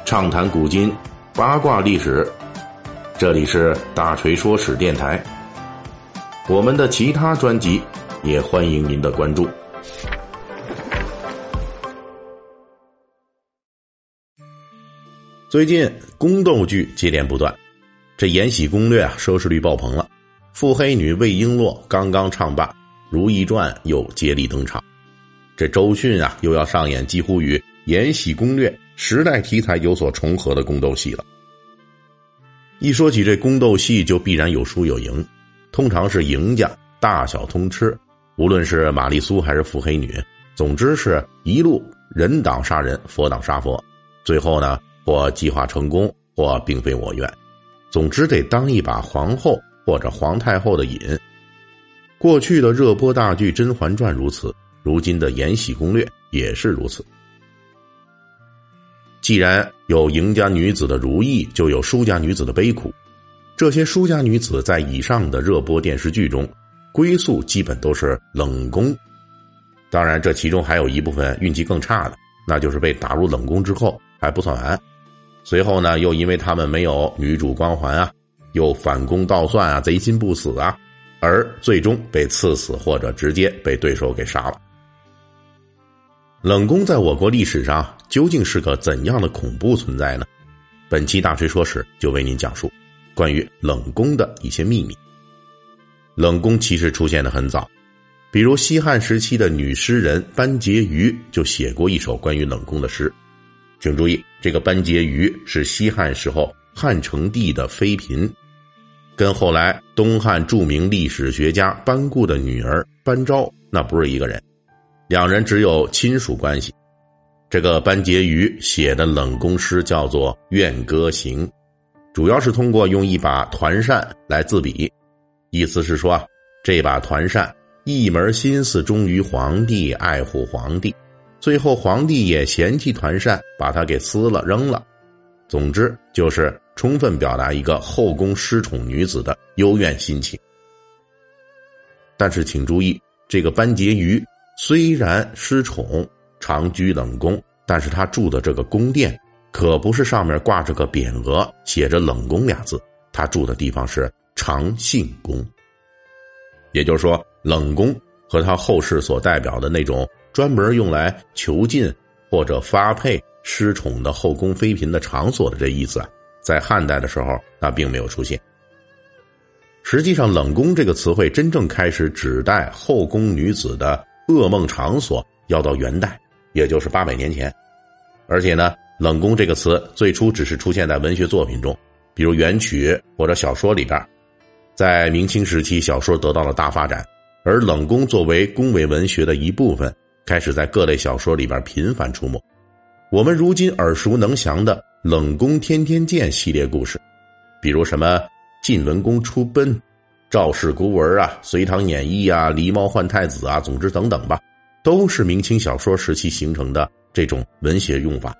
畅谈古今，八卦历史。这里是大锤说史电台。我们的其他专辑也欢迎您的关注。最近宫斗剧接连不断，这《延禧攻略》收视率爆棚了。腹黑女魏璎珞刚刚唱罢，《如懿传》又接力登场。这周迅又要上演几乎与《延禧攻略》时代题材有所重合的宫斗戏了。一说起这宫斗戏，就必然有输有赢，通常是赢家大小通吃，无论是玛丽苏还是腹黑女，总之是一路人挡杀人，佛挡杀佛，最后呢，或计划成功，或并非我愿，总之得当一把皇后或者皇太后的瘾。过去的热播大剧《甄嬛传》如此，如今的《延禧攻略》也是如此。既然有赢家女子的如意，就有输家女子的悲苦。这些输家女子在以上的热播电视剧中，归宿基本都是冷宫。当然这其中还有一部分运气更差的，那就是被打入冷宫之后还不算完，随后呢又因为他们没有女主光环又反攻倒算贼心不死而最终被赐死或者直接被对手给杀了。冷宫在我国历史上究竟是个怎样的恐怖存在呢？本期大锤说史就为您讲述关于冷宫的一些秘密。冷宫其实出现得很早，比如西汉时期的女诗人班婕妤就写过一首关于冷宫的诗。请注意，这个班婕妤是西汉时候汉成帝的妃嫔，跟后来东汉著名历史学家班固的女儿班昭那不是一个人，两人只有亲属关系。这个班婕妤写的冷宫诗叫做《怨歌行》，主要是通过用一把团扇来自比，意思是说这把团扇一门心思忠于皇帝，爱护皇帝，最后皇帝也嫌弃团扇，把它给撕了扔了。总之就是充分表达一个后宫失宠女子的幽怨心情。但是请注意，这个班婕妤虽然失宠常居冷宫，但是她住的这个宫殿可不是上面挂着个匾额写着冷宫俩字，她住的地方是长信宫。也就是说，冷宫和她后世所代表的那种专门用来囚禁或者发配失宠的后宫妃嫔的场所的这意思在汉代的时候那并没有出现。实际上冷宫这个词汇真正开始指代后宫女子的噩梦场所要到元代，也就是800年前。而且呢，冷宫这个词最初只是出现在文学作品中，比如元曲或者小说里边。在明清时期，小说得到了大发展，而冷宫作为宫闱文学的一部分，开始在各类小说里边频繁出没。我们如今耳熟能详的冷宫天天见系列故事，比如什么晋文公出奔、赵氏孤儿隋唐演义狸猫换太子总之等等吧，都是明清小说时期形成的这种文学用法。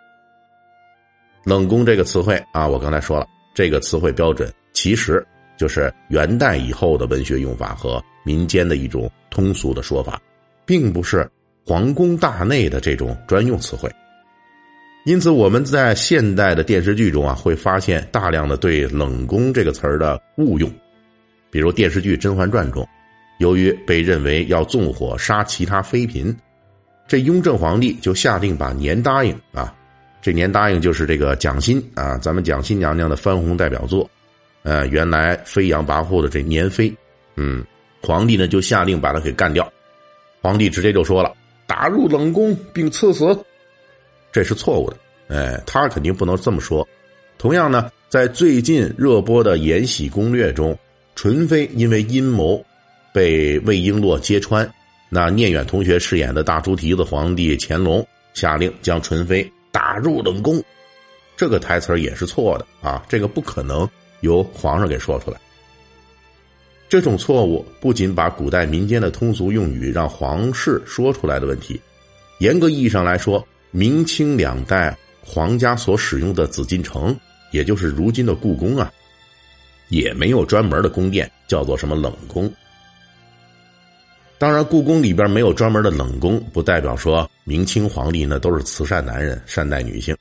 冷宫这个词汇我刚才说了，这个词汇标准其实就是元代以后的文学用法和民间的一种通俗的说法，并不是皇宫大内的这种专用词汇。因此我们在现代的电视剧中会发现大量的对冷宫这个词儿的误用。比如电视剧《甄嬛传》中，由于被认为要纵火杀其他妃嫔，这雍正皇帝就下令把年答应这年答应就是这个蒋欣咱们蒋欣娘娘的翻红代表作，原来飞扬跋扈的这年妃，皇帝呢就下令把他给干掉。皇帝直接就说了，打入冷宫并赐死，这是错误的。他肯定不能这么说。同样呢，在最近热播的《延禧攻略》中，纯妃因为阴谋被魏璎珞揭穿，那聂远同学饰演的大猪蹄子皇帝乾隆下令将纯妃打入冷宫，这个台词也是错的这个不可能由皇上给说出来。这种错误不仅把古代民间的通俗用语让皇室说出来的问题，严格意义上来说，明清两代皇家所使用的紫禁城，也就是如今的故宫也没有专门的宫殿叫做什么冷宫。当然故宫里边没有专门的冷宫，不代表说明清皇帝呢都是慈善男人善待女性，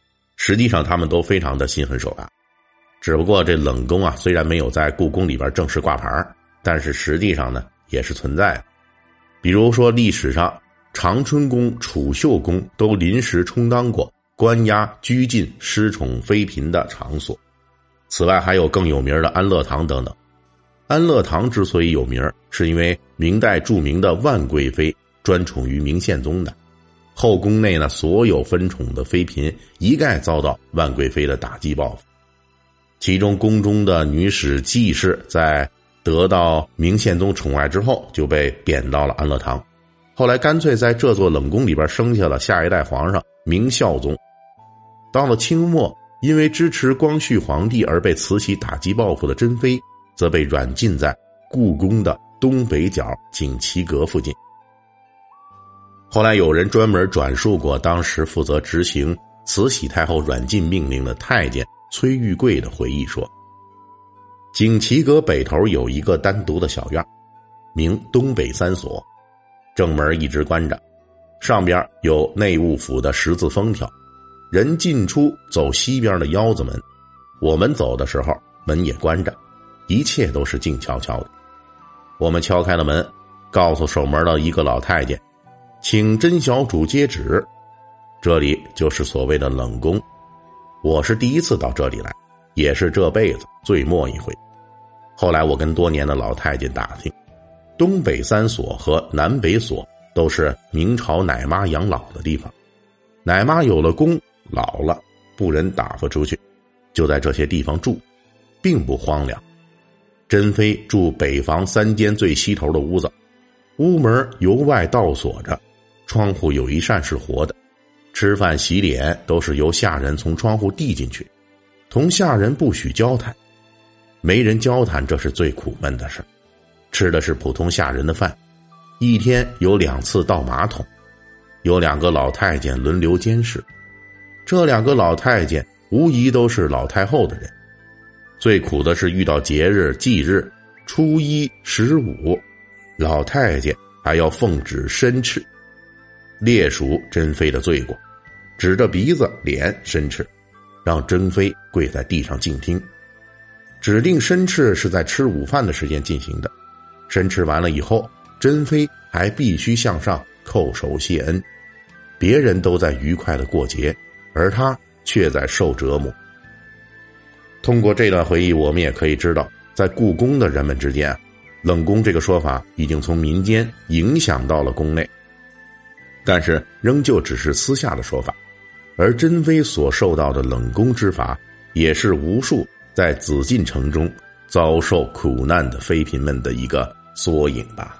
实际上他们都非常的心狠手辣。只不过这冷宫啊，虽然没有在故宫里边正式挂牌，但是实际上呢也是存在的。比如说历史上长春宫、储秀宫都临时充当过关押拘禁失宠妃嫔的场所。此外还有更有名的安乐堂等等。安乐堂之所以有名，是因为明代著名的万贵妃专宠于明宪宗的，后宫内呢所有分宠的妃嫔一概遭到万贵妃的打击报复。其中宫中的女史季氏在得到明宪宗宠爱之后，就被贬到了安乐堂，后来干脆在这座冷宫里边生下了下一代皇上明孝宗。到了清末，因为支持光绪皇帝而被慈禧打击报复的珍妃，则被软禁在故宫的东北角景祺阁附近。后来有人专门转述过当时负责执行慈禧太后软禁命令的太监崔玉贵的回忆说，景祺阁北头有一个单独的小院，名东北三所，正门一直关着，上边有内务府的十字封条，人进出走西边的腰子门，我们走的时候门也关着，一切都是静悄悄的。我们敲开了门，告诉守门的一个老太监，请甄小主接旨，这里就是所谓的冷宫。我是第一次到这里来，也是这辈子最末一回。后来我跟多年的老太监打听，东北三所和南北所都是明朝奶妈养老的地方，奶妈有了宫老了不忍打发出去，就在这些地方住，并不荒凉。珍妃住北房3间最西头的屋子，屋门由外倒锁着，窗户有一扇是活的，吃饭洗脸都是由下人从窗户递进去，同下人不许交谈，没人交谈，这是最苦闷的事。吃的是普通下人的饭，一天有2次倒马桶，有2个老太监轮流监视。这2个老太监无疑都是老太后的人。最苦的是遇到节日忌日，初1、15，老太监还要奉旨申斥，列数珍妃的罪过，指着鼻子脸申斥，让珍妃跪在地上静听。指定申斥是在吃午饭的时间进行的，申斥完了以后，珍妃还必须向上叩首谢恩。别人都在愉快的过节，而她却在受折磨。通过这段回忆，我们也可以知道，在故宫的人们之间，冷宫这个说法已经从民间影响到了宫内，但是仍旧只是私下的说法。而珍妃所受到的冷宫之罚，也是无数在紫禁城中遭受苦难的妃嫔们的一个缩影吧。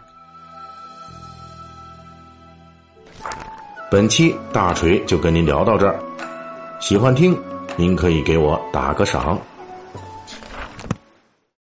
本期大锤就跟您聊到这儿，喜欢听您可以给我打个赏。